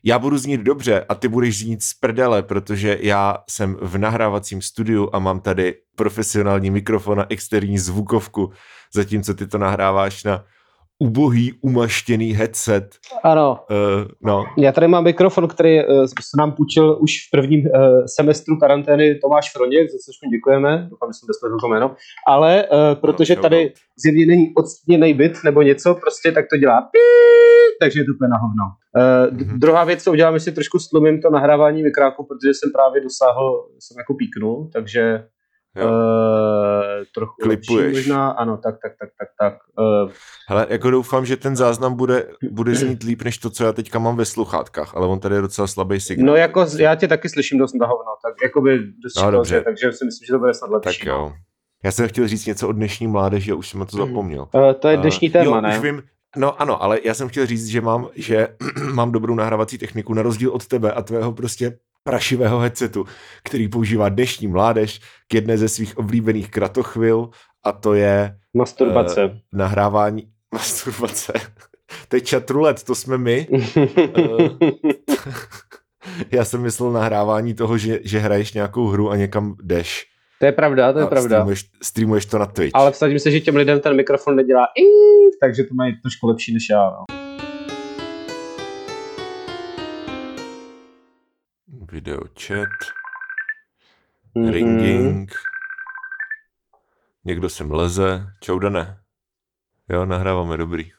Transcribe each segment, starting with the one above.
já budu znít dobře a ty budeš znít z prdele, protože já jsem v nahrávacím studiu a mám tady profesionální mikrofon a externí zvukovku, zatímco ty to nahráváš na ubohý, umaštěný headset. Ano. No. Já tady mám mikrofon, který se nám půjčil už v prvním semestru karantény Tomáš Froněk, za což mu děkujeme, doufám, že jsem dostal to jméno, ale protože tady zjevně není odstíněný byt nebo něco, prostě tak to dělá takže je to úplně na hovno. Druhá věc, co udělám, si trošku stlumím to nahrávání mikráku, protože jsem právě dosáhl, jsem jako píknul, takže trochu klipuješ. Lepší možná, ano, tak. Hele, jako doufám, že ten záznam bude znít líp, než to, co já teďka mám ve sluchátkách, ale on tady je docela slabý signál. No jako já tě taky slyším dost na hovno, tak jakoby dost dobře. takže si myslím, že to bude snad lepší. Tak jo. Já jsem chtěl říct něco o dnešní mládeži a už jsem to zapomněl. To je dnešní téma, ne? Už vím, no ano, ale já jsem chtěl říct, že mám dobrou nahrávací techniku na rozdíl od tebe a tvého prostě prašivého headsetu, který používá dnešní mládež k jedné ze svých oblíbených kratochvil a to je masturbace. Nahrávání masturbace. To je chatroulette, to jsme my. Já jsem myslel nahrávání toho, že hraješ nějakou hru a někam jdeš. To je pravda, to je pravda. Streamuješ to na Twitch. Ale vsadím se, že těm lidem ten mikrofon nedělá takže to mají trošku lepší než já. No. Video chat. Ringing. Někdo sem leze. Čau, Dané. Jo, nahráváme, dobrý.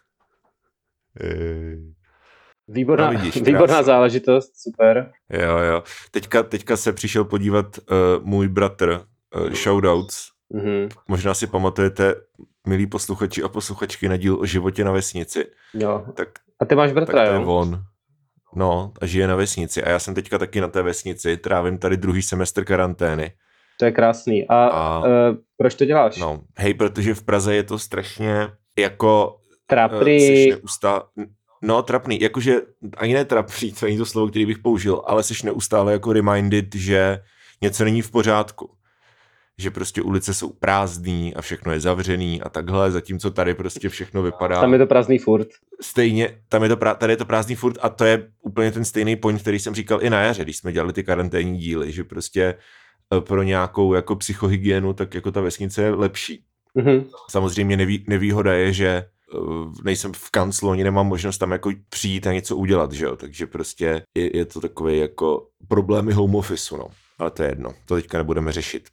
Výborná záležitost, super. Jo. Teďka se přišel podívat můj bratr, shoutouts. Možná si pamatujete, milí posluchači a posluchačky, na díl o životě na vesnici. Jo. A ty máš bratra, tak jo? On. No, a žije na vesnici. A já jsem teďka taky na té vesnici, trávím tady druhý semestr karantény. To je krásný. A proč to děláš? No, protože v Praze je to strašně jako... Trapný. No, trapný. Jakože ani ne trapný, to není to slovo, který bych použil, ale jsi neustále jako reminded, že něco není v pořádku. Že prostě ulice jsou prázdný a všechno je zavřený a takhle, zatímco tady prostě všechno vypadá... Tam je to prázdný furt. Stejně, tady je to prázdný furt a to je úplně ten stejný point, který jsem říkal i na jaře, když jsme dělali ty karanténní díly, že prostě pro nějakou jako psychohygienu, tak jako ta vesnice je lepší. Samozřejmě nevýhoda je, že nejsem v kanclu, ani nemám možnost tam jako přijít a něco udělat, že jo, takže prostě je to takový jako problémy home officeu, no, ale to je jedno, to teďka nebudeme řešit.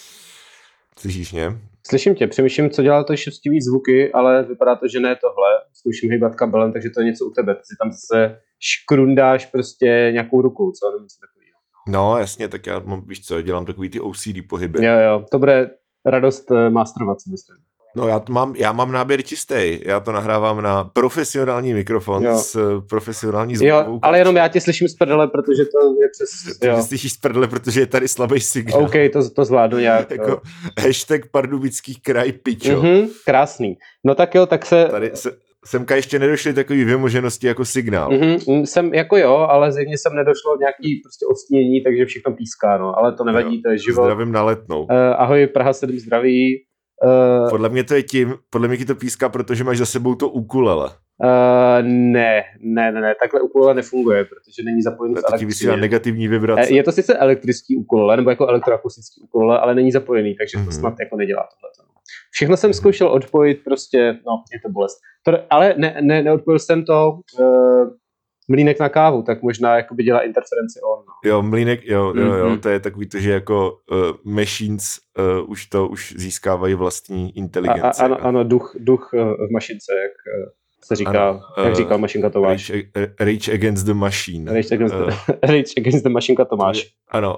Slyšíš mě? Slyším tě, přemýšlím, co dělá to šustivý zvuky, ale vypadá to, že ne tohle. Zkouším hejbat kabelem, takže to je něco u tebe. Ty si tam zase škrundáš prostě nějakou rukou, co? Nebo něco takového. No, jasně, tak já mám, víš co, dělám takový ty OCD pohyby. Jo, to bude radost masterovat, si myslím. No, já mám náběr čistý. Já to nahrávám na profesionální mikrofon s profesionální zvukovou. Jo, ale jenom já tě slyším z prdele, protože to je přes... Ty slyšíš z prdele, protože je tady slabý signál. OK, to zvládnu nějak. Jako hashtag Pardubický kraj, pičo. Krásný. No tak jo, tak se... Tady semka ještě nedošly takový vymoženosti jako signál. Jsem jako jo, ale zjevně jsem nedošlo nějaký prostě odstínění, takže všechno píská, no. Ale to nevadí, to je život. Zdravím na Letnou. Ahoj, Praha 7 zdraví. Podle mě to je podle mě ti to píská, protože máš za sebou to ukulele. Ne, takhle ukulele nefunguje, protože není zapojený s elektřině. To ti vysílá negativní vibrace. Je to sice elektrický ukulele, nebo jako elektroakustický ukulele, ale není zapojený, takže to snad jako nedělá tohle. Všechno jsem zkoušel odpojit, prostě, je to bolest. Ale neodpojil jsem to mlýnek na kávu, tak možná jakoby dělá interferenci on. No. Jo, mlýnek, jo, to je takový to, že jako machines už získávají vlastní inteligenci. Ano, duch v mašince, jak se říká, jak říkal Mašinka Tomáš. Rage Against the Machine. Rage Against the Mašinka Tomáš. Ano.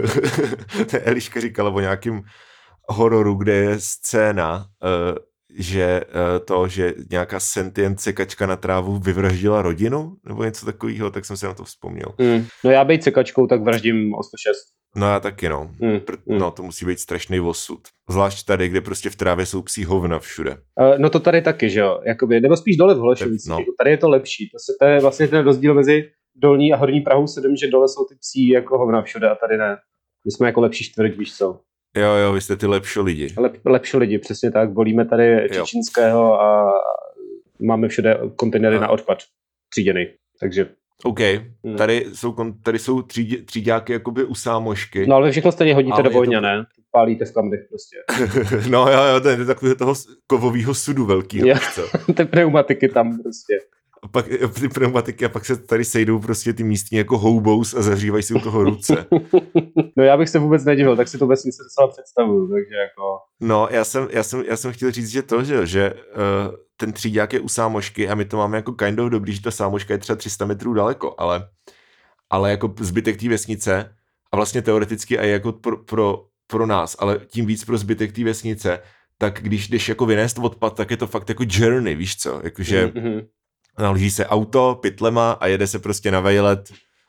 Eliška říkala o nějakým hororu, kde je scéna, že nějaká sentient sekačka na trávu vyvraždila rodinu, nebo něco takového, tak jsem se na to vzpomněl. No já bejt sekačkou, tak vraždím o 106. No já taky, no. No to musí být strašný osud. Zvlášť tady, kde prostě v trávě jsou psí hovna všude. No to tady taky, že jo. Jakoby, nebo spíš dole v Holešovicích. No. Tady je to lepší. To je vlastně ten rozdíl mezi dolní a horní Prahou 7, že dole jsou ty psí jako hovna všude a tady ne. My jsme jako lepší čtvrť, víš co. Jo, vy jste ty lepší lidi. Lepší lidi, přesně tak. Volíme tady Čečínského a máme všude kontejnery na odpad tříděný. Takže OK, tady jsou tříďáky jakoby u sámošky. No ale všechno stejně hodíte do vojně, ne? Pálíte v kamnech prostě. No jo, to je takového toho kovového sudu velkýho. Ty pneumatiky tam prostě. A pak ty pneumatiky a pak se tady sejdou prostě ty místní jako hobos a zahřívají si u toho ruce. No já bych se vůbec nedivil, tak si to vesnice docela představuju, takže jako... No já jsem chtěl říct, že ten tříďák je u sámošky a my to máme jako kind of dobrý, že ta sámoška je třeba 300 metrů daleko, ale jako zbytek té vesnice a vlastně teoreticky i jako pro nás, ale tím víc pro zbytek té vesnice, tak když jdeš jako vynést odpad, tak je to fakt jako journey, víš co, jakože naloží se auto pytlema a jede se prostě na vejlet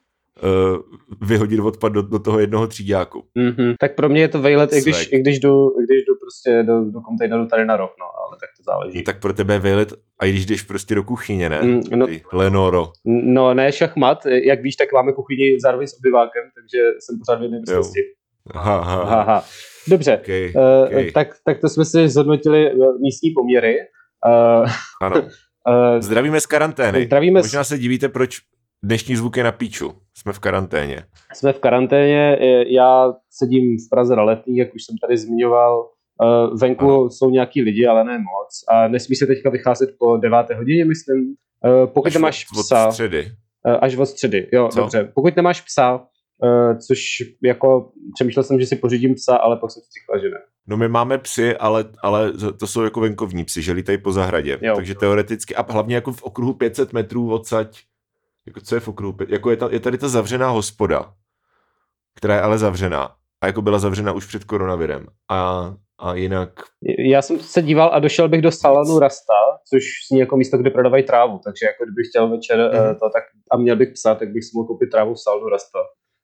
vyhodit odpad do toho jednoho tříďáku. Tak pro mě je to vejlet, i když jdu prostě do kontejneru tady na rok, no, ale tak to záleží. Tak pro tebe je vejlet, a i když jdeš prostě do kuchyně, ne? Lenoro. No ne, šachmat, jak víš, tak máme kuchyni zároveň s obyvákem, takže jsem pořád v jedné místnosti. Aha. Dobře, okay. Tak to jsme si zhodnotili místní poměry. Ano. Zdravíme z karantény. Možná se divíte, proč dnešní zvuk je na píču. Jsme v karanténě. Jsme v karanténě, já sedím v Praze na Letných, jak už jsem tady zmiňoval. Venku jsou nějaký lidi, ale ne moc. A nesmí se teďka vycházet po 9. hodině, myslím. Pokud nemáš psa... Od středy. Až od středy, jo, dobře. Pokud nemáš psa, což jako přemýšlel jsem, že si pořídím psa, ale pak jsem si říkal, že ne. No my máme psy, ale to jsou jako venkovní psy, že lítají po zahradě. Jo. Takže teoreticky, a hlavně jako v okruhu 500 metrů odsaď, jako co je v okruhu, jako je tady ta zavřená hospoda, která je ale zavřená. A jako byla zavřena už před koronavirem. A jinak... Já jsem se díval a došel bych do salonu Rasta, což zní jako místo, kde prodávají trávu, takže jako kdybych chtěl večer to tak a měl bych psa, tak bych si mohl koupit trávu v salonu Rasta.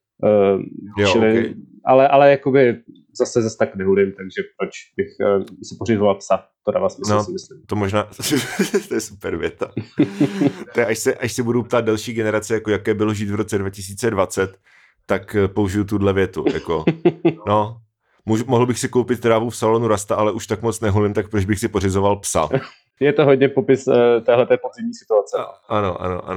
Okay. Ale jakoby zase tak nehulím, takže proč bych si pořizoval psa, to dává smysl, si myslím. To možná, to je super věta. To je, až se budou ptát další generace, jako jaké bylo žít v roce 2020, tak použiju tuhle větu, jako no, mohl bych si koupit trávu v salonu Rasta, ale už tak moc nehulím, tak proč bych si pořizoval psa? Je to hodně popis téhleté podzimní situace. Ano.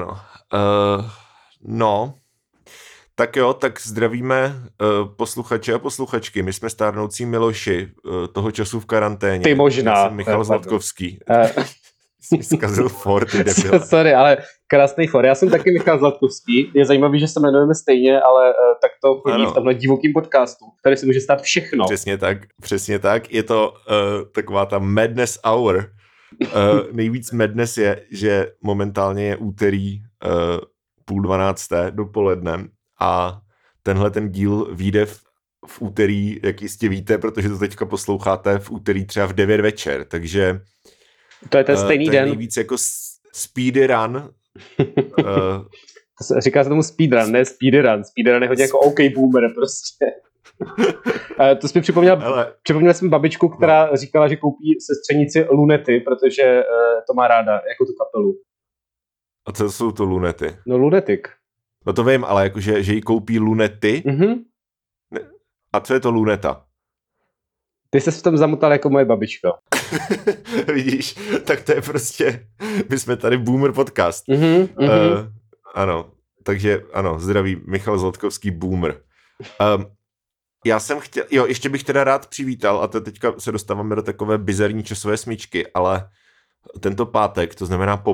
No, tak jo, tak zdravíme posluchače a posluchačky. My jsme stárnoucí Miloši, toho času v karanténě. Ty možná. Já jsem Michal Zlatkovský. Jsi zkazil for, ty debile. Sorry, ale krásný for. Já jsem taky Michal Zlatkovský. Je zajímavý, že se jmenujeme stejně, ale tak to chodí v tomhle divokým podcastu. Tady se může stát všechno. Přesně tak. Je to taková ta madness hour. Nejvíc madness je, že momentálně je úterý 11:30 dopoledne a tenhle ten díl vyjde v úterý, jak jistě víte, protože to teďka posloucháte v úterý třeba v 9 večer, takže to je ten stejný den. Nejvíc jako speedy run. Říká se tomu speedrun, ne speedrun. Speedrun je hodně jako OK boomer prostě. To jsi mi připomněl jsem babičku, která říkala, že koupí sestřenici Lunety, protože to má ráda, jako tu kapelu. A co jsou to Lunety? No Lunetik. No to vím, ale jakože, že jí koupí Lunety. A co je to Luneta? Ty ses v tom zamotal jako moje babička. Vidíš, tak to je prostě, my jsme tady boomer podcast. Ano, takže ano, zdraví Michal Zlatkovský boomer. Já jsem chtěl, ještě bych teda rád přivítal, a to teďka se dostáváme do takové bizarní časové smyčky, ale tento pátek, to znamená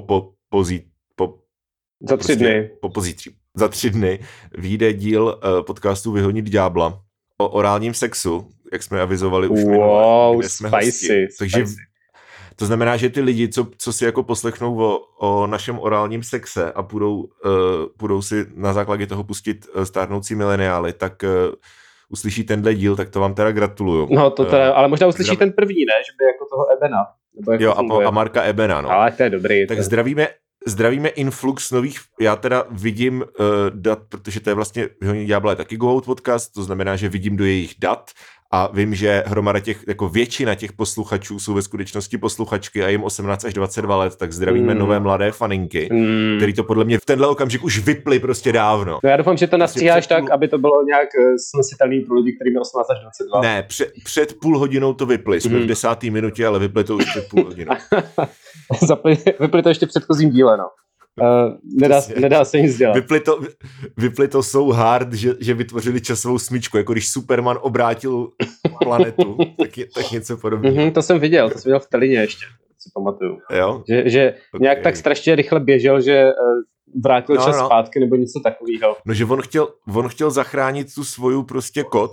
za 3 dny vyjde díl podcastu Vyhonit ďábla o orálním sexu, jak jsme avizovali už minule, kde jsme hosti. Takže to znamená, že ty lidi, co si jako poslechnou o našem orálním sexe a půjdou si na základě toho pustit stárnoucí mileniály, tak uslyší tenhle díl, tak to vám teda gratuluju. No to teda, ale možná uslyší ten první, ne? Že by jako toho Ebena. Jo, a Marka Ebena, no. Ale to je dobrý. Tak zdravíme influx nových, já teda vidím dat, protože to je vlastně Vyhonit ďábla je taky Go Out podcast, to znamená, že vidím do jejich dat a vím, že hromada jako většina těch posluchačů jsou ve skutečnosti posluchačky a jim 18 až 22 let, tak zdravíme nové mladé faninky, který to podle mě v tenhle okamžik už vypli prostě dávno. No já doufám, že to nastříháš tak, aby to bylo nějak snesitelný pro lidi, kterým je 18 až 22. Ne, před půl hodinou to vypli, jsme v 10. minutě, ale vypli to už před půl hodinou. Vypli to ještě v předchozím díle, no. Nedá se nic dělat. Vypli to so hard, že vytvořili časovou smyčku, jako když Superman obrátil planetu, tak něco podobného. To jsem viděl v Telině ještě, si pamatuju. Jo? Že okay. Nějak tak strašně rychle běžel, že vrátil čas zpátky nebo něco takového. No, že on chtěl zachránit tu svoju prostě koc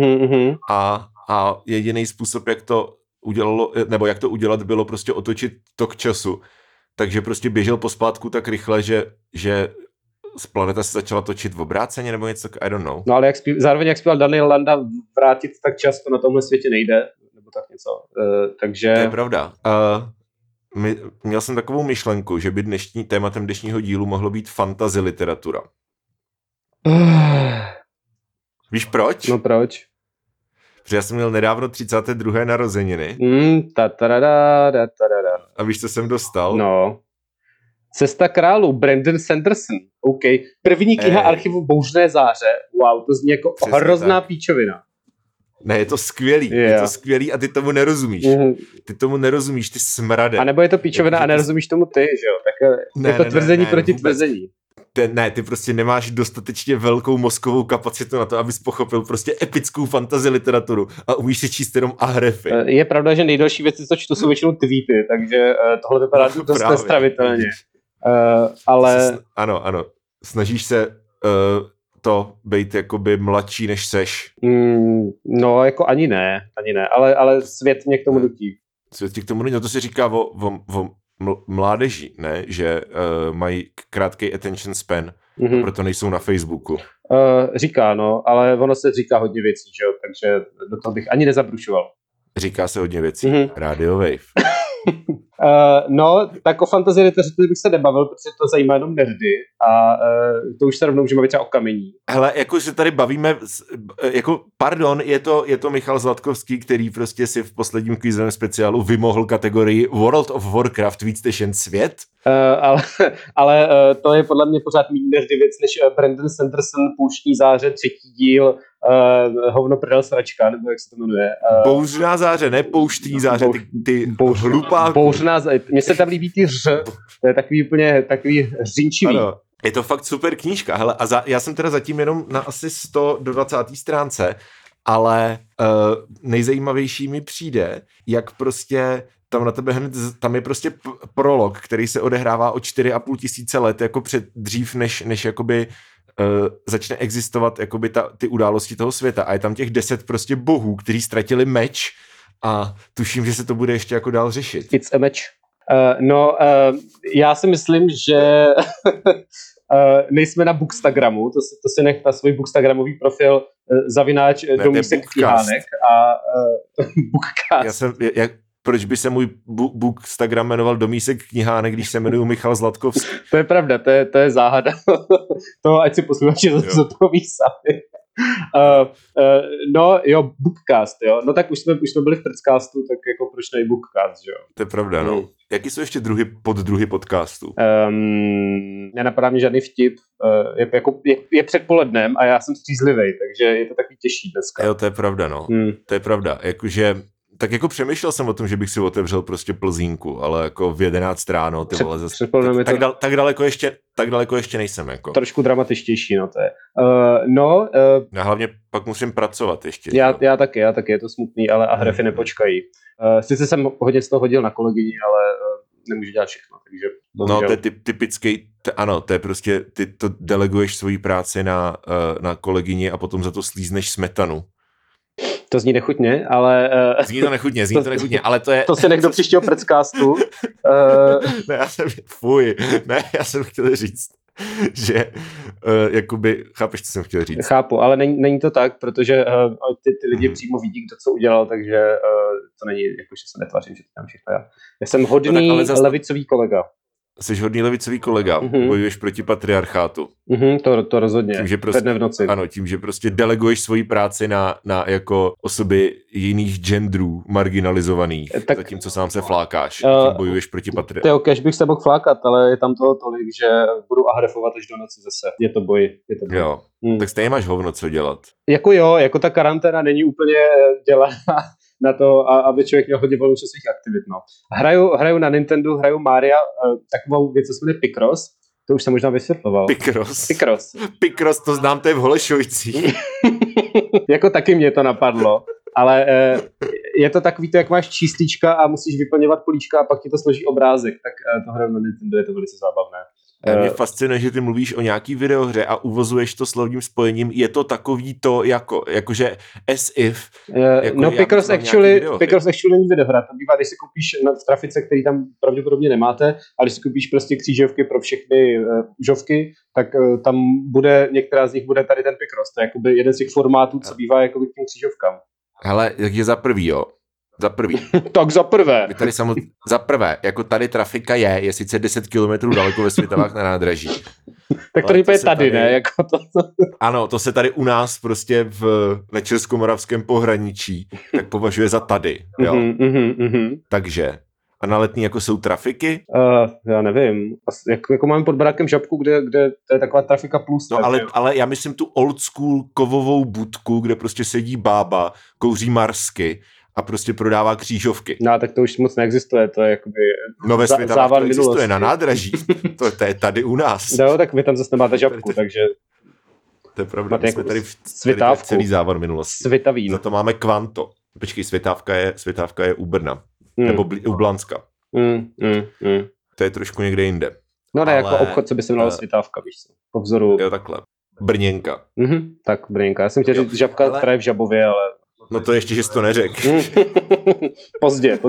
a jediný způsob, jak to udělalo, nebo jak to udělat, bylo prostě otočit tok času. Takže prostě běžel pospátku tak rychle, že z planeta se začala točit v obráceně nebo něco, I don't know. No ale zároveň jak zpíval Daniel Landa, vrátit tak často na tomhle světě nejde, nebo tak něco. Takže... To je pravda. Měl jsem takovou myšlenku, že by tématem dnešního dílu mohlo být fantasy literatura. Víš proč? No proč? Protože já jsem měl nedávno 32. narozeniny. A víš, co jsem dostal? No. Cesta králů, Brandon Sanderson. OK. První kniha archivu Bouřné záře. Wow, to zní jako přesně hrozná píčovina. Ne, je to skvělý. Yeah. Je to skvělý a ty tomu nerozumíš. Ty tomu nerozumíš, ty smrade. A nebo je to píčovina a nerozumíš tomu ty, že jo? Tak je to tvrzení proti tvrzení. Ty prostě nemáš dostatečně velkou mozkovou kapacitu na to, abys pochopil prostě epickou fantasy literaturu a umíš si číst jenom ahrefy. Je pravda, že nejdelší věci, co čtu, jsou většinou tweety, takže tohle vypadá dost nestravitelně. Ale... Ano. Snažíš se to být jakoby mladší, než seš. No, jako ani ne, ale svět mě k tomu nutí. Svět tě k tomu nutí, no to se říká o mládeži, ne? Že mají krátký attention span, a proto nejsou na Facebooku. Říká, no, ale ono se říká hodně věcí, že jo, takže do toho bych ani nezabrušoval. Říká se hodně věcí. Radio Wave. No, tak o fantasy literatuře bych se nebavil, protože to zajímá jenom nerdy a to už se rovnou můžeme bavit třeba o kamení. Hele, jako se tady bavíme, jako pardon, je to Michal Zlatkovský, který prostě si v posledním kvízovém speciálu vymohl kategorii World of Warcraft víc než jen svět. Ale to je podle mě pořád méně nerdy věc než Brandon Sanderson, Pouštní záře, 3. díl, Hovno prdel sračka, nebo jak se to jmenuje. Bouřná záře, ne Pouštní záře, ty hlupáku. Bouřná záře, mně se tam líbí ty to je takový úplně takový hřinčivý. Ano. Je to fakt super knížka, hele, já jsem teda zatím jenom na asi 120. stránce, ale nejzajímavější mi přijde, jak prostě tam na tebe hned, tam je prostě prolog, který se odehrává o 4,5 tisíce let, jako dřív, než jakoby začne existovat jakoby ty události toho světa. A je tam těch 10 prostě bohů, kteří ztratili meč a tuším, že se to bude ještě jako dál řešit. It's a match. Já si myslím, že nejsme na Bookstagramu, to si nech na svůj Bookstagramový profil zavináč Domísek Knihánek a Bookcast. Proč by se můj Bookstagram jmenoval Domísek Knihánek, když se jmenuji Michal Zlatkovský? To je pravda, to je záhada. To ať si posluchači zodpoví sami. No jo, Bookcast, jo. No tak už jsme byli v Prccastu, tak jako proč ne Bookcast, jo. To je pravda, no. Jaký jsou ještě poddruhy podcastu? Nenapadá mi žádný vtip. Je předpolednem a já jsem střízlivej, takže je to takový těžší dneska. Jo, to je pravda, no. To je pravda. Jakože tak jako přemýšlel jsem o tom, že bych si otevřel prostě Plzínku, ale jako v 11 ráno, ty vole, tak daleko ještě nejsem, jako. Trošku dramatičtější, no to je. Já hlavně pak musím pracovat ještě. Já taky, je to smutný, ale ahrefy nepočkají. Sice jsem hodně z toho hodil na kolegyni, ale nemůžu dělat všechno, takže... No, to je typický, ano, to je prostě, ty to deleguješ svoji práci na kolegyni a potom za to slízneš smetanu. To zní nechutně, ale... Zní to nechutně, ale to je... To si nech do příštího Prccastu. Já jsem chtěl říct, že jakoby, chápeš, co jsem chtěl říct? Chápu, ale není to tak, protože ty lidi přímo vidí, kdo co udělal, takže to není, jako, že se netvářím, že to tam všechno já. Já jsem hodný levicový kolega. Jsi hodný levicový kolega, bojuješ proti patriarchátu. To rozhodně, ve dne v noci. Ano, tím, že prostě deleguješ svoji práci na jako osoby jiných genderů marginalizovaných, tak, zatímco sám se flákáš, tím bojuješ proti patriarchátu. Jo, kež bych se mohl flákat, ale je tam toho tolik, že budu ahrefovat až do noci zase. Je to boj. Jo, tak stejně máš hovno co dělat. Jako ta karanténa není úplně dělaná na to, aby člověk měl hodně volnočasových aktivit. No. Hraju na Nintendo, hraju Maria, takovou věc, co se jmenuje Picross, To už jsem možná vysvětloval. Picross, to znám, to je v Holešovicích. Jako taky mě to napadlo, ale je to takový to, jak máš číslička a musíš vyplňovat políčka a pak ti to složí obrázek, tak to hra na Nintendo je to velice zábavné. Mě fascinuje, že ty mluvíš o nějaký videohře a uvozuješ to slovním spojením, je to takový to, jakože as if. No Picross actually není videohra, to bývá, když si koupíš v trafice, který tam pravděpodobně nemáte, a když si koupíš prostě křížovky pro všechny užovky, tak tam bude, některá z nich bude tady ten Picross, to je jakoby jeden z těch formátů, co bývá jakoby k těm křížovkám. Hele, jak je za prvý, jo? Za prvý. Tak za prvé. Za prvé, jako tady trafika je sice 10 km daleko ve Svitavách na nádraží. Tak to je tady, ne? Jako to. Ano, to se tady u nás prostě na českomoravském pohraničí tak považuje za tady, jo? Takže, a na Letný jako jsou trafiky? Já nevím. Jako máme pod barákem Žabku, kde to je taková trafika plus. No ale já myslím tu old school kovovou budku, kde prostě sedí bába, kouří marsky a prostě prodává křížovky. No, tak to už moc neexistuje, to je jakoby no ve Svitavách to existuje na nádraží, to je tady u nás. No, tak vy tam zase nemáte Žabku, takže... To je pravda, my jsme tady celý závan minulosti. Svitavín. Za to máme Kvanto. Počkej, Svitávka je u Brna, nebo u Blanska. To je trošku někde jinde. No ne, ale... jako obchod, co by se jmenalo Svitávka, víš co, po vzoru... Jo, takhle. Brněnka. Tak Brněnka, já jsem chtěl říct Žabka, která je v Žabově, ale... No to ještě, že jsi to neřekl. Pozdě.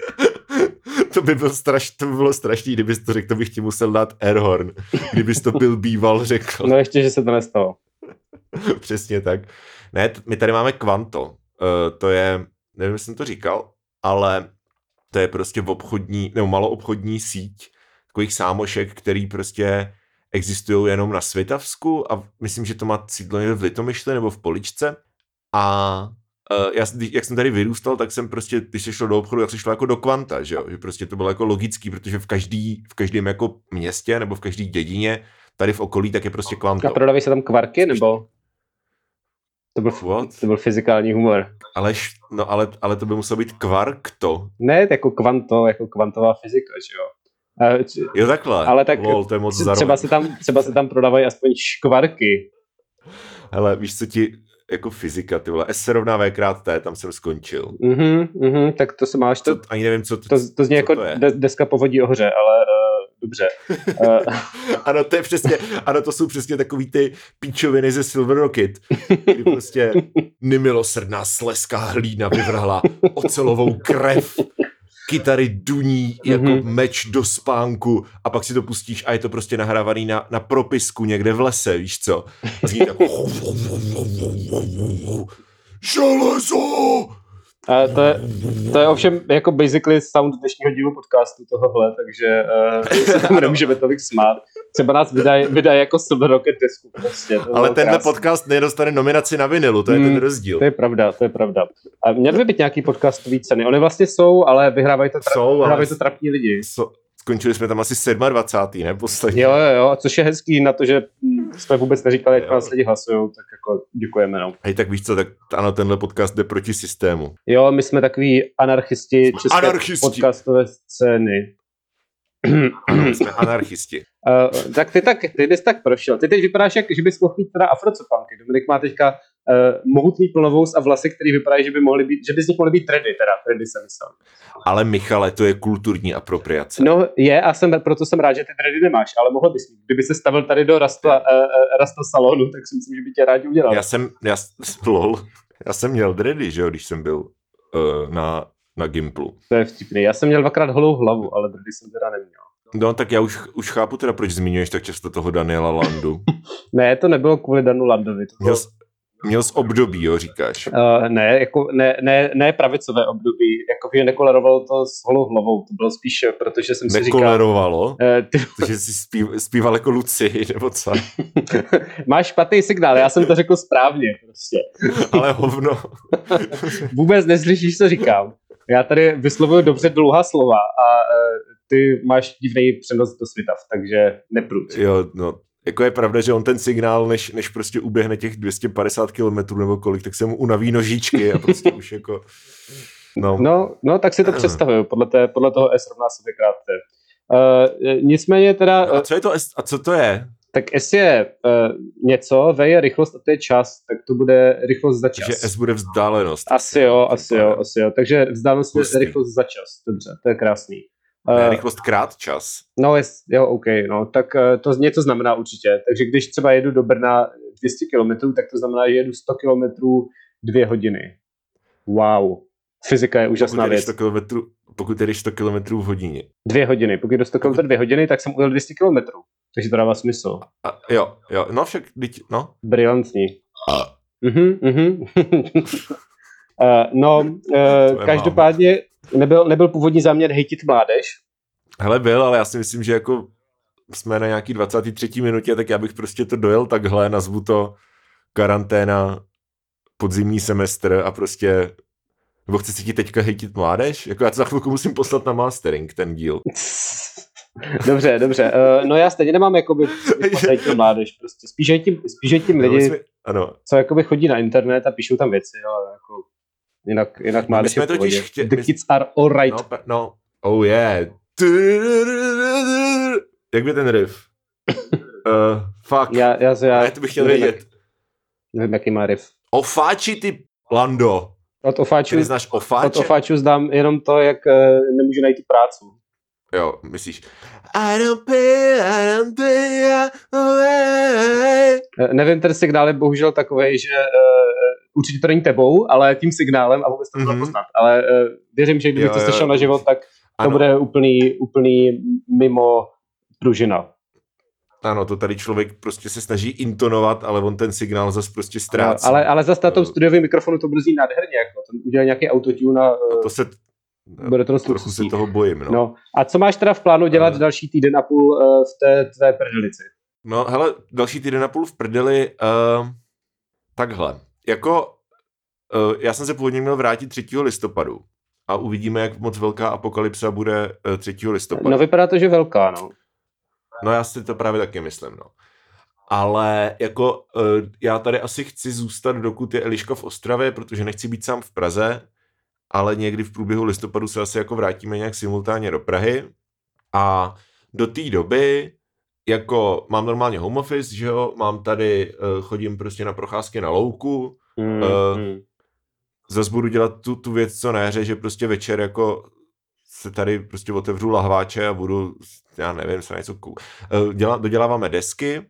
To by bylo strašný, kdybys to řekl, to bych ti musel dát airhorn. Kdybys to byl býval řekl. No ještě, že se to nestalo. Přesně tak. Ne, my tady máme Kvanto. To je, nevím, jestli jsem to říkal, ale to je prostě maloobchodní síť takových sámošek, který prostě existují jenom na Svitavsku a myslím, že to má sídlo někde v Litomyšli nebo v Poličce. A jak jsem tady vyrůstal, tak jsem prostě, když se šlo do obchodu, tak se šlo jako do Kvanta, že jo? Že prostě to bylo jako logický, protože v každém jako městě nebo v každé dědině tady v okolí tak je prostě Kvanto. A prodávají se tam kvarky, nebo? To byl fyzikální humor. Ale to by muselo být kvarkto. Ne, jako kvanto, jako kvantová fyzika, že jo? Jo, takhle. Ale tak to je moc třeba se tam prodávají aspoň škvarky. Hele, víš, co ti jako fyzika, ty vole, S = V × T, tam jsem skončil. Tak to se máš... Ani nevím, co to zní jako deska povodí o hře, ale dobře. Ano, to je přesně, to jsou přesně takový ty píčoviny ze Silver Rocket, kdy prostě nemilosrdná slezská hlína vyvrhla ocelovou krev, kytary duní jako meč do spánku a pak si to pustíš a je to prostě nahrávaný na propisku někde v lese, víš co? A zní tak železo! A to je ovšem jako basically sound dnešního dílu podcastu tohohle, takže se tomu nemůžeme tolik smát. Třeba nás vydají jako Silver Rocket desku prostě. Ale tenhle podcast nedostane nominaci na vinilu, to je ten rozdíl. To je pravda. A měly by být nějaký podcastový ceny. Ony vlastně jsou, ale vyhrávají to trapní lidi. Skončili jsme tam asi 27. ne? Posledně. Jo, což je hezký na to, že jsme vůbec neříkali, jak nás lidi hlasujou, tak jako děkujeme. No. Hej, tak víš co, tak ano, tenhle podcast jde proti systému. Jo, my jsme takový anarchisti české podcastové scény. Ano, jsme anarchisti. Tak ty bys tak prošel. Ty teď vypadáš, že bys mohl mít teda afrocopanky. Dominik má teďka mohutný plnovous a vlasy, který vypadají, že by z nich mohly být trendy jsem myslel. Ale Michale, to je kulturní apropriace. No je a proto jsem rád, že ty trendy nemáš, ale mohl bys mít. Kdyby se stavil tady do Rasta salonu, tak si myslím, že by tě rádi udělal. Já jsem měl dready, že jo, když jsem byl na Gimplu. To je vtipný. Já jsem měl 2krát holou hlavu, ale dready jsem teda neměl. No, tak já už chápu teda, proč zmiňuješ tak často toho Daniela Landu. Ne, to nebylo kvůli Danu Landovi. Měl z období, jo, říkáš? Ne pravicové období, jako že nekolerovalo to s holou hlavou, to bylo spíš, protože jsem si říkal... Nekolerovalo? Protože jsi zpíval jako Luci, nebo co? Máš špatný signál, já jsem to řekl správně, prostě. Ale hovno. Vůbec neslyšíš, co říkám. Já tady vyslovuju dobře dlouhá slova a ty máš divný přenos do Svitav, takže nepruď. Jo, no. Jako je pravda, že on ten signál, než prostě uběhne těch 250 km nebo kolik, tak se mu unaví nožičky a prostě už jako... No tak si to představuju, podle toho S = V × T. Nicméně teda... No a co je to S? A co to je? Tak S je něco, V je rychlost a to je čas, tak to bude rychlost za čas. Takže S bude vzdálenost. Asi jo. Takže vzdálenost je rychlost za čas. Dobře, to je krásný. Ne, rychlost krát čas. No, jo, OK, no, tak to něco znamená určitě. Takže když třeba jedu do Brna 200 km, tak to znamená, že jedu 100 km 2 hodiny. Wow. Fyzika je úžasná věc. Pokud jdeš 100 km v hodině. 2 hodiny. Pokud jdu 100 km 2 hodiny, tak jsem ujel 200 km. Takže to dává smysl. Jo. No však, no. Brilantní. Každopádně nebyl původní záměr hejtit mládež. Hele, byl, ale já si myslím, že jako jsme na nějaký 23. minutě, tak já bych prostě to dojel takhle, nazvu to karanténa, podzimní semestr a prostě, nebo chci si ti teďka hejtit mládež? Jako já to za chvilku musím poslat na mastering, ten díl. Dobře. No já stejně nemám jakoby hejtit mládež, prostě spíš hejtím lidi, co jakoby chodí na internet a píšou tam věci, jo, jako jinak mládež je v pohodě. The kids are alright. No, oh yeah. Jak by ten riff? Fuck. Já to bych chtěl vědět. Nevím, jaký má riff. Ofáči, ty Lando. Od Ofáčů znám jenom to, jak nemůžu najít tu práci. Jo, myslíš. I don't pay away. Nevím, ten signál je bohužel takovej, že určitě to není tebou, ale tím signálem a vůbec to nebudu poznat. Ale věřím, že kdyby to slyšel na život, tak to bude úplný mimo pružina. Ano, to tady člověk prostě se snaží intonovat, ale on ten signál zase prostě ztrácí. Ale zase na tom studiovém mikrofonu to brzdí nádherně. Jako. Ten udělal nějaký autotune a bude to trochu se toho bojím. No. A co máš teda v plánu dělat další týden a půl v té tvé prdelici? No hele, další týden a půl v prdeli takhle. Jako já jsem se původně měl vrátit 3. listopadu a uvidíme, jak moc velká apokalypsa bude 3. listopadu. No vypadá to, že velká, no. No já si to právě taky myslím, no. Ale jako já tady asi chci zůstat, dokud je Eliška v Ostravě, protože nechci být sám v Praze, ale někdy v průběhu listopadu se asi jako vrátíme nějak simultánně do Prahy a do té doby jako mám normálně home office, že jo, mám tady, chodím prostě na procházky na louku, zase budu dělat tu věc, co na jaře, že prostě večer jako se tady prostě otevřu lahváče a budu, já nevím, se něco doděláváme desky,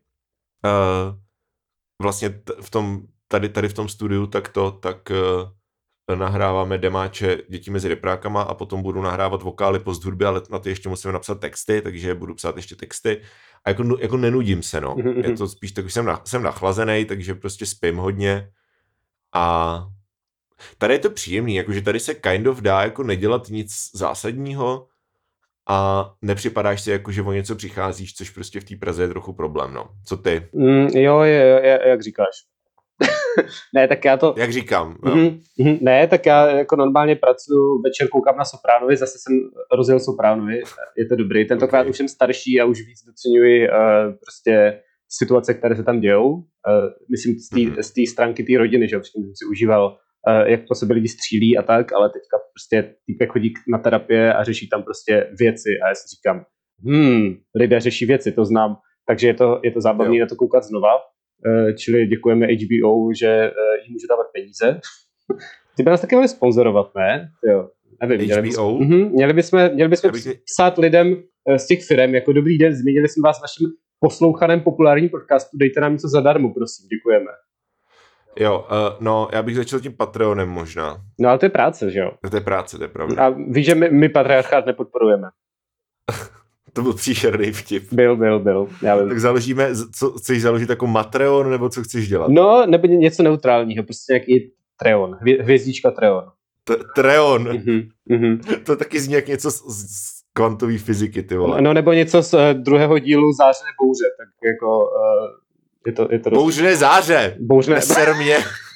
vlastně tady v tom studiu tak nahráváme demáče Děti mezi reprákama a potom budu nahrávat vokály post hudby, ale na ty ještě musím napsat texty, takže budu psát ještě texty a jako nenudím se, no. Je to spíš tak, jsem nachlazený, takže prostě spím hodně a tady je to příjemný, jakože tady se kind of dá jako nedělat nic zásadního a nepřipadáš si jako, že o něco přicházíš, což prostě v té Praze je trochu problém, no. Co ty? Jo, jak říkáš. Ne, tak já to... Jak říkám. Ne, tak já jako normálně pracuji, večer koukám na Sopranovy, zase jsem rozjel Sopranovy, je to dobrý. Tentokrát už jsem starší a už víc doceňuji prostě situace, které se tam dějou. Myslím z té stránky té rodiny, že jsem si užíval, jak po sebe lidi střílí a tak, ale teďka prostě týpek chodí na terapie a řeší tam prostě věci a já si říkám, lidé řeší věci, to znám, takže je to zábavný na to koukat znova. Čili děkujeme HBO, že jim může dávat peníze. Ty by nás taky měli sponzorovat, ne? Jo, nevím. HBO? Měli bychom psát lidem z těch firem, jako dobrý den, zmínili jsme vás v našem poslouchaném populárním podcastu, dejte nám něco zadarmo, prosím, děkujeme. Jo, no, já bych začal tím Patreonem možná. No, ale to je práce, že jo? To je práce, to je pravda. A víš, že my patriarchát nepodporujeme. To byl příšerný vtip. Byl, já vím. Tak založíme, co chceš založit jako Matreon, nebo co chceš dělat? No, nebo něco neutrálního, prostě nějaký Treon, hvězdička Treon. Treon? To taky zní jak něco z kvantové fyziky, ty vole. No, nebo něco z druhého dílu Zářené bouře, tak jako je to Bouřné záře! Neser mě!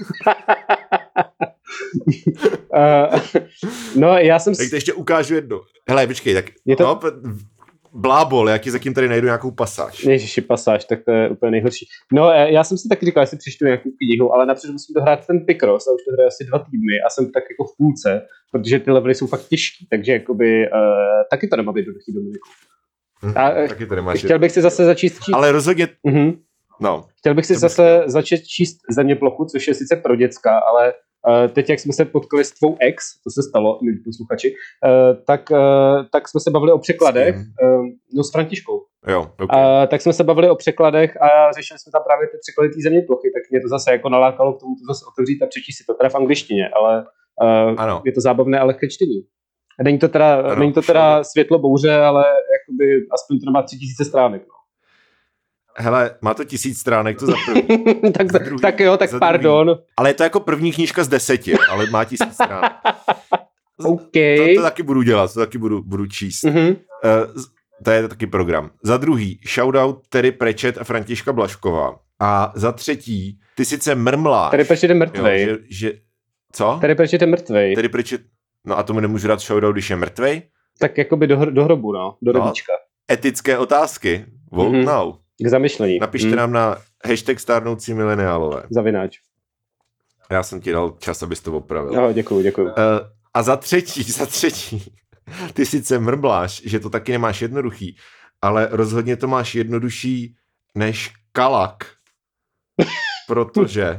No, já jsem... Tak to ještě ukážu jedno. Hele, počkej, tak... No, blábol, já ti zatím tady najdu nějakou pasáž. Ježiši, pasáž, tak to je úplně nejhorší. No, já jsem si taky říkal, jestli přečtu nějakou knihu, ale napřed musím dohrát ten Picross a už to hraje asi 2 týdny a jsem tak jako v půlce, protože ty levely jsou fakt těžký, takže jakoby taky to nemá být jednoduchý, Dominiku. Taky to nemáš. Chtěl bych si zase začít číst. Ale rozhodně... No. Chtěl bych si zase začít číst Zeměplochu, což je sice pro děcka, ale teď, jak jsme se potkali s tvou ex, to se stalo, milí posluchači, tak jsme se bavili o překladech, s Františkou. Jo, okay. Tak jsme se bavili o překladech a řešili jsme tam právě ty překlady té Zeměplochy, tak mě to zase jako nalákalo k tomu to zase otevřít a přečíst si to teda v angličtině, ale je to zábavné a lehké čtení. Není to teda Světlo bouře, ale jakoby aspoň to má 3000 stránek. No. Hele, má to 1000 stránek, to za první. tak jo, tak pardon. Druhý. Ale je to jako první knížka z 10, ale má 1000 stránek. Okay. To taky budu dělat, to taky budu číst. To je taky program. Za druhý, shoutout Terry Pratchett a Františka Blažková. A za třetí, ty sice mrmláš. Terry Pratchett je mrtvej. Co? Terry Pratchett je mrtvej. Terry Pratchett, no a tomu nemůžu dát shoutout, když je mrtvej? Tak jakoby do hrobu, do hrobíčka. Etické otázky. Vote now. K zamyšlení. Napište nám na hashtag stárnoucí mileniálové. Zavináč. Já jsem ti dal čas, abys to opravil. No, děkuju. A za třetí, ty sice mrbláš, že to taky nemáš jednoduchý, ale rozhodně to máš jednodušší než Kalak. Protože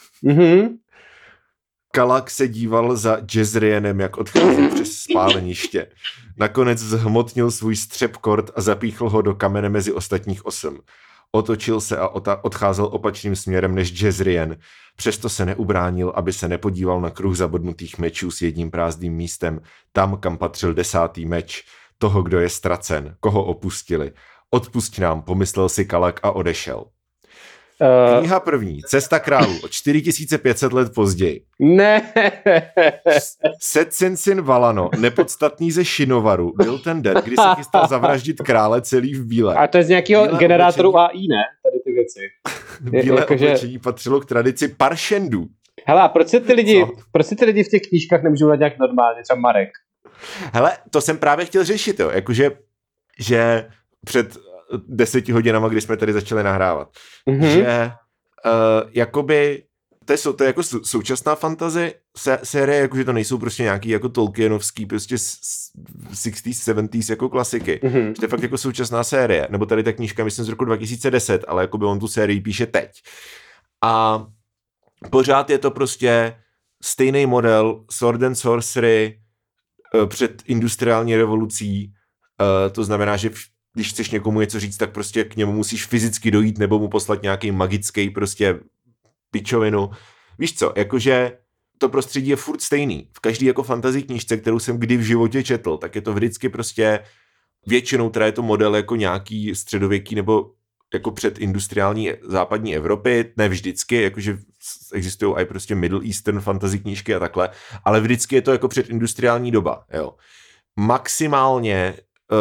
Kalak se díval za Jezrienem, jak odcházel přes spáleniště. Nakonec zhmotnil svůj střepkord a zapíchl ho do kamene mezi ostatních 8. Otočil se a odcházel opačným směrem než Jezrien. Přesto se neubránil, aby se nepodíval na kruh zabodnutých mečů s jedním prázdným místem, tam, kam patřil 10. meč, toho, kdo je ztracen, koho opustili. Odpusť nám, pomyslel si Kalak a odešel. Kniha první, Cesta králů, o 4500 let později. Ne. Setsensin Valano, nepodstatný ze Shinovaru, byl ten den, kdy se chystal zavraždit krále celý v bílém. A to je z nějakého generátoru AI, ne? Tady ty věci. Bílé oblečení patřilo k tradici Paršendů. Hele, a proč se ty lidi v těch knížkách nemůžou dát nějak normálně, třeba Marek? Hele, to jsem právě chtěl řešit, jo, jakože, že před 10 hodinama, kdy jsme tady začali nahrávat, že jakoby to je jako současná fantasy série, jakože to nejsou prostě nějaký jako Tolkienovský prostě 60s, 70s jako klasiky. Že to je fakt jako současná série, nebo tady ta knížka, myslím z roku 2010, ale jakoby on tu sérii píše teď. A pořád je to prostě stejný model Sword and Sorcery před industriální revolucí, to znamená, že když chceš někomu něco říct, tak prostě k němu musíš fyzicky dojít nebo mu poslat nějaký magický prostě pičovinu. Víš co, jakože to prostředí je furt stejný. V každý jako fantasy knížce, kterou jsem kdy v životě četl, tak je to vždycky prostě většinou teda je to model jako nějaký středověký nebo jako předindustriální západní Evropy, ne vždycky, jakože existují i prostě Middle Eastern fantasy knížky a takhle, ale vždycky je to jako předindustriální doba, jo. Maximálně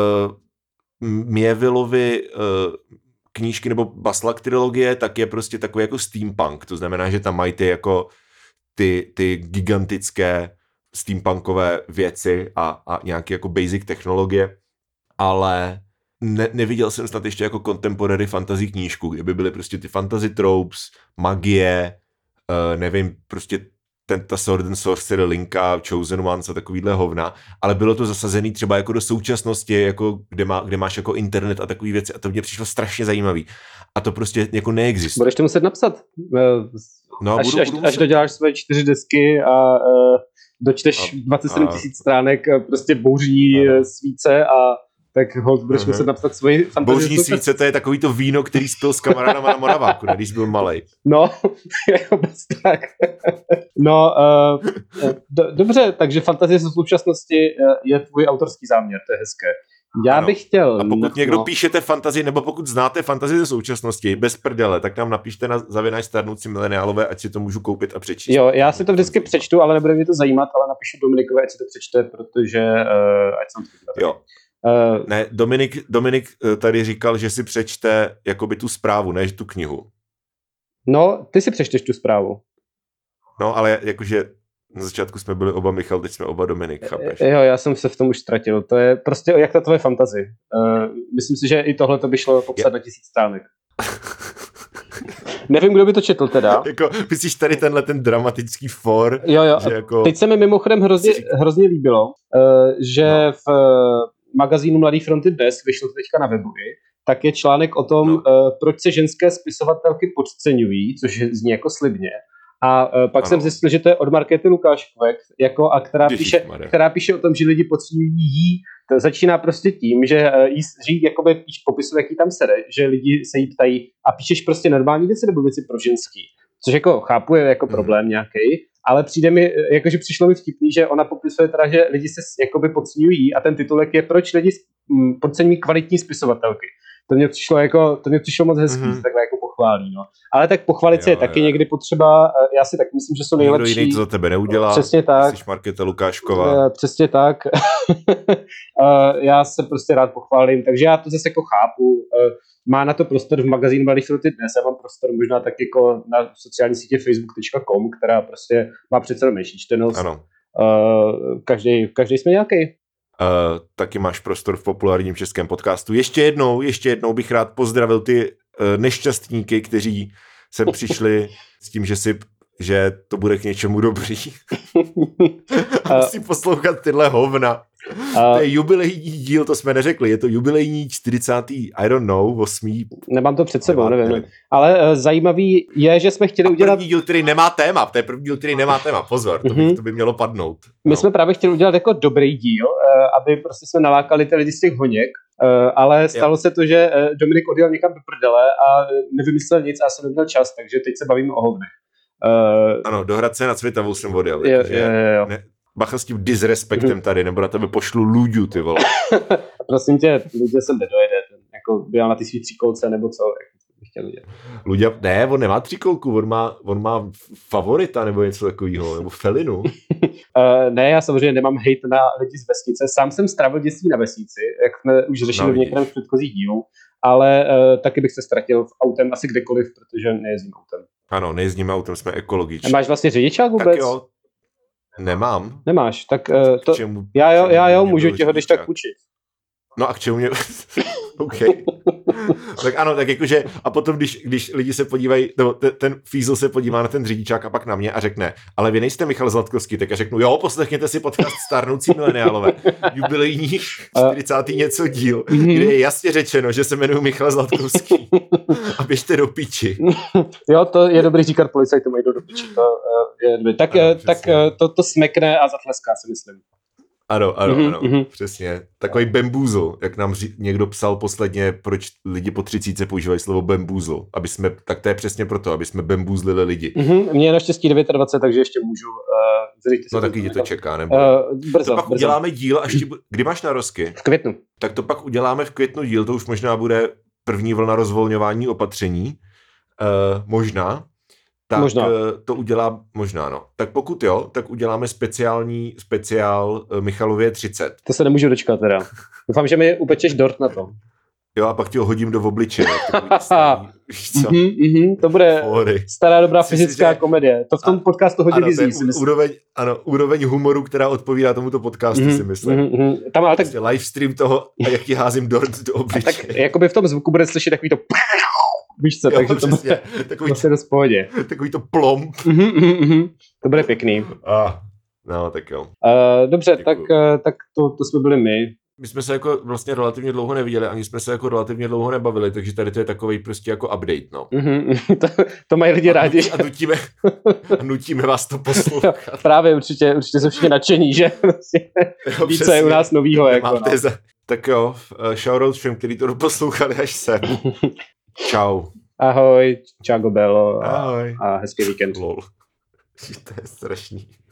Mievilleovy knížky nebo Baslak trilogie, tak je prostě takový jako steampunk, to znamená, že tam mají ty jako ty gigantické steampunkové věci a nějaké jako basic technologie, ale neviděl jsem snad ještě jako contemporary fantasy knížku, kde by byly prostě ty fantasy tropes, magie, nevím, prostě ta Sword and Sorcery linka, Chosen Ones a takovýhle hovna, ale bylo to zasazený třeba jako do současnosti, jako kde máš jako internet a takový věci a to mě přišlo strašně zajímavý. A to prostě jako neexistuje. Budeš to muset napsat. No, až doděláš své 4 desky a dočteš 27 000 stránek prostě bouří svíce a tak holt budeš muset napsat svoji fantasy. Bouřní svíce, to je takový to víno, který spil s kamarádama na Moraváku, ne, když byl malej. No, jako tak. No, dobře, takže fantazie ze současnosti je tvůj autorský záměr, to je hezké. Já bych chtěl... A pokud někdo píšete fantazii, nebo pokud znáte fantazii ze současnosti, bez prdele, tak nám napište na zavináč stárnoucí mileniálové, ať si to můžu koupit a přečíst. Jo, já si to vždycky přečtu, ale nebude mě to zajímat, ale napíšu Dominikovi, ať si to přečte, protože ať jsem to jo. Ne, Dominik tady říkal, že si přečte jakoby tu zprávu, ne tu knihu. No, ty si přečteš tu zprávu. No, ale jakože na začátku jsme byli oba Michal, teď jsme oba Dominik, chápeš? Jo, já jsem se v tom už ztratil. To je prostě jak ta tvoje fantazie. Myslím si, že i tohle to by šlo popsat na 1000 stránek. Nevím, kdo by to četl teda. Jako, myslíš tady tenhle ten dramatický for? Jo. Že jako... Teď se mi mimochodem hrozně líbilo, že magazínu Mladý fronty Dnes, vyšlo to teďka na webu, tak je článek o tom, proč se ženské spisovatelky podceňují, což zní jako slibně. A pak jsem zjistil, že to je od Markéty Lukáškové, která píše o tom, že lidi podceňují jí. To začíná prostě tím, že jí jakoby popisuje, jaký tam sede, že lidi se jí ptají a píšeš prostě normální věci nebo věci pro ženský. Což jako chápu, je jako problém nějaký, ale přijde mi, jakože přišlo mi vtipný, že ona popisuje teda, že lidi se jakoby podceňují a ten titulek je, proč lidi podceňují kvalitní spisovatelky. To mě přišlo moc hezký, takhle jako pochválí, no. Ale tak pochválit se je taky někdy potřeba, já si tak myslím, že jsou nejlepší. Někdo jiný to za tebe neudělá. Přesně tak. Jsi Markéta Lukášková. Přesně tak. Já se prostě rád pochválím, takže já to zase jako chápu. Má na to prostor v magazínu Mladý fronty Dnes, já mám prostor možná tak jako na sociální sítě facebook.com, která prostě má přece menší čtenost. Ano. Každý jsme nějaký. Taky máš prostor v populárním českém podcastu. Ještě jednou bych rád pozdravil ty nešťastníky, kteří sem přišli s tím, že to bude k něčemu dobrý. A musí poslouchat tyhle hovna. To je jubilejní díl, to jsme neřekli, je to jubilejní 40. I don't know, 8. Nemám to před sebou, nevím. Ale zajímavý je, že jsme chtěli udělat... První díl, který nemá téma, to je první díl, který nemá téma, pozor, to by mělo padnout. My jsme právě chtěli udělat jako dobrý díl, aby prostě jsme nalákali ty lidi z těch honěk, ale stalo se to, že Dominik odjel někam do prdele a nevymyslel nic a já jsem neměl čas, takže teď se bavíme o hovnech. Ano, do Hradce nad Svitavou jsem odjel. Jo. Bacha s tím disrespektem tady, nebo na tebe pošlu Luďu, ty vole. Prosím tě, Luďa sem nedojede, jako byl na ty svý tříkolce, nebo co, jak bych chtěl udělat. Luďa, ne, on nemá tříkolku, on má favorita, nebo něco takového, nebo felinu. Ne, já samozřejmě nemám hejt na lidi z vesnice, sám jsem strávil dětství na vesnici, jak jsme už řešili v některém z předchozích dílů, ale taky bych se ztratil v autem asi kdekoliv, protože nejezdím autem. Ano, nejezdíme autem, jsme ekologičtí. Máš vlastně řidičák vůbec? Tak jo. Nemám. Nemáš, tak to... Já můžu ti ho když tak půjčit. No a k čemu mě... OK. Tak ano, tak jakože, a potom, když lidi se podívají, nebo ten Fízl se podívá na ten řidičák a pak na mě a řekne, ale vy nejste Michal Zlatkovský, tak já řeknu, jo, poslechněte si podcast Stárnoucí mileniálové, jubilejní 40. něco díl, kde je jasně řečeno, že se jmenuji Michal Zlatkovský a běžte do piči. Jo, to je dobrý říkat policajtům, jdou do piči, to je dobrý. Tak to smekne a zatleská, si myslím. Ano, přesně. Takový bambuzl, jak nám někdo psal posledně, proč lidi po 30 používají slovo bambuzl, tak to je přesně proto, aby jsme bambuzlili lidi. Mně je naštěstí 29, takže ještě můžu. No taky tě to čeká, nebo? Brzo. To pak uděláme díl, kdy máš narozky? V květnu. Tak to pak uděláme v květnu díl, to už možná bude první vlna rozvolňování opatření. Možná. Tak možná. To udělá, možná no. Tak pokud jo, tak uděláme speciál Michalově 30. To se nemůžu dočkat teda. Doufám, že mi upečeš dort na to. Jo, a pak ti ho hodím do obličeje. To bude stará dobrá fyzická komedie. To v tom podcastu hodně vizí. Úroveň humoru, která odpovídá tomuto podcastu, si myslím. Tam ale tak... Livestream toho, a jak ti házím dort do obličeje. Tak jakoby v tom zvuku bude slyšet takový to... Víš co, takže to bude dost v pohodě. Takový to plomb. To bude pěkný. No, tak jo. Dobře, tak to jsme byli my. My jsme se jako vlastně relativně dlouho neviděli, ani jsme se jako relativně dlouho nebavili, takže tady to je takovej prostě jako update, no. To mají lidi rádi. A nutíme vás to poslouchat. Právě, určitě jsou všichni nadšení, že? Více je u nás novýho. Jako, Tak jo, shoutout všem, kteří to doposlouchali až sem. Čau. Ahoj, čau Gobelo. Ahoj. A hezký víkend. Lol. To je strašný.